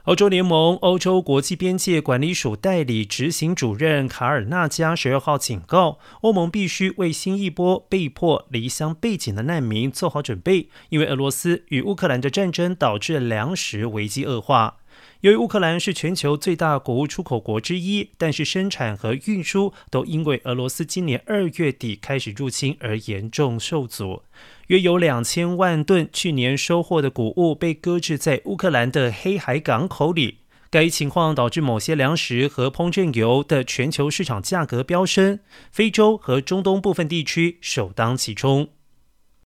欧洲联盟欧洲国际边界管理署代理执行主任卡尔纳加12号警告，欧盟必须为新一波被迫离乡背井的难民做好准备，因为俄罗斯与乌克兰的战争导致粮食危机恶化。由于乌克兰是全球最大谷物出口国之一，但是生产和运输都因为俄罗斯今年2月底开始入侵而严重受阻。约有2000万吨去年收获的谷物被搁置在乌克兰的黑海港口里。该情况导致某些粮食和烹饪油的全球市场价格飙升，非洲和中东部分地区首当其冲。